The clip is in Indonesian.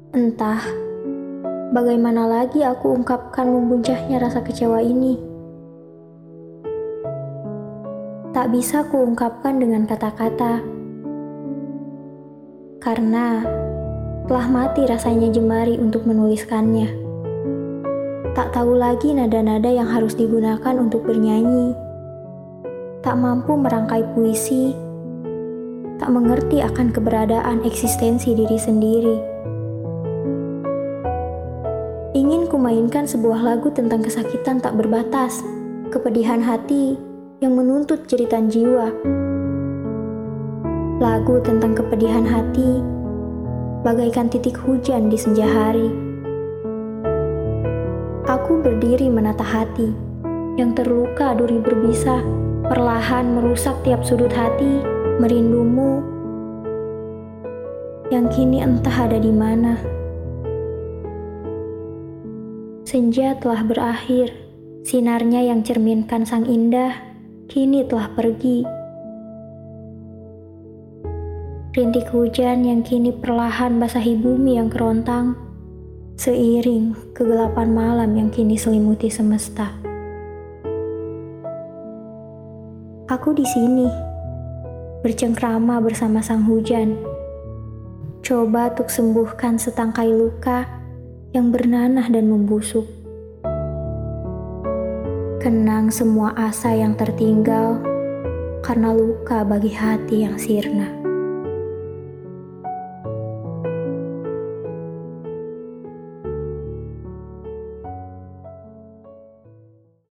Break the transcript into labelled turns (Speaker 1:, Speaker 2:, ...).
Speaker 1: Entah bagaimana lagi aku ungkapkan membuncahnya rasa kecewa ini. Tak bisa kuungkapkan dengan kata-kata, karena telah mati rasanya jemari untuk menuliskannya. Tak tahu lagi nada-nada yang harus digunakan untuk bernyanyi. Tak mampu merangkai puisi, tak mengerti akan keberadaan eksistensi diri sendiri. Ingin kumainkan sebuah lagu tentang kesakitan tak berbatas, kepedihan hati yang menuntut jeritan jiwa. Lagu tentang kepedihan hati, bagaikan titik hujan di senja hari. Aku berdiri menata hati, yang terluka duri berbisa, perlahan merusak tiap sudut hati, merindumu, yang kini entah ada di mana. Senja telah berakhir, sinarnya yang cerminkan sang indah, kini telah pergi. Rintik hujan yang kini perlahan basahi bumi yang kerontang, seiring kegelapan malam yang kini selimuti semesta. Aku di sini, bercengkrama bersama sang hujan, coba untuk sembuhkan setangkai luka yang bernanah dan membusuk. Kenang semua asa yang tertinggal karena luka bagi hati yang sirna.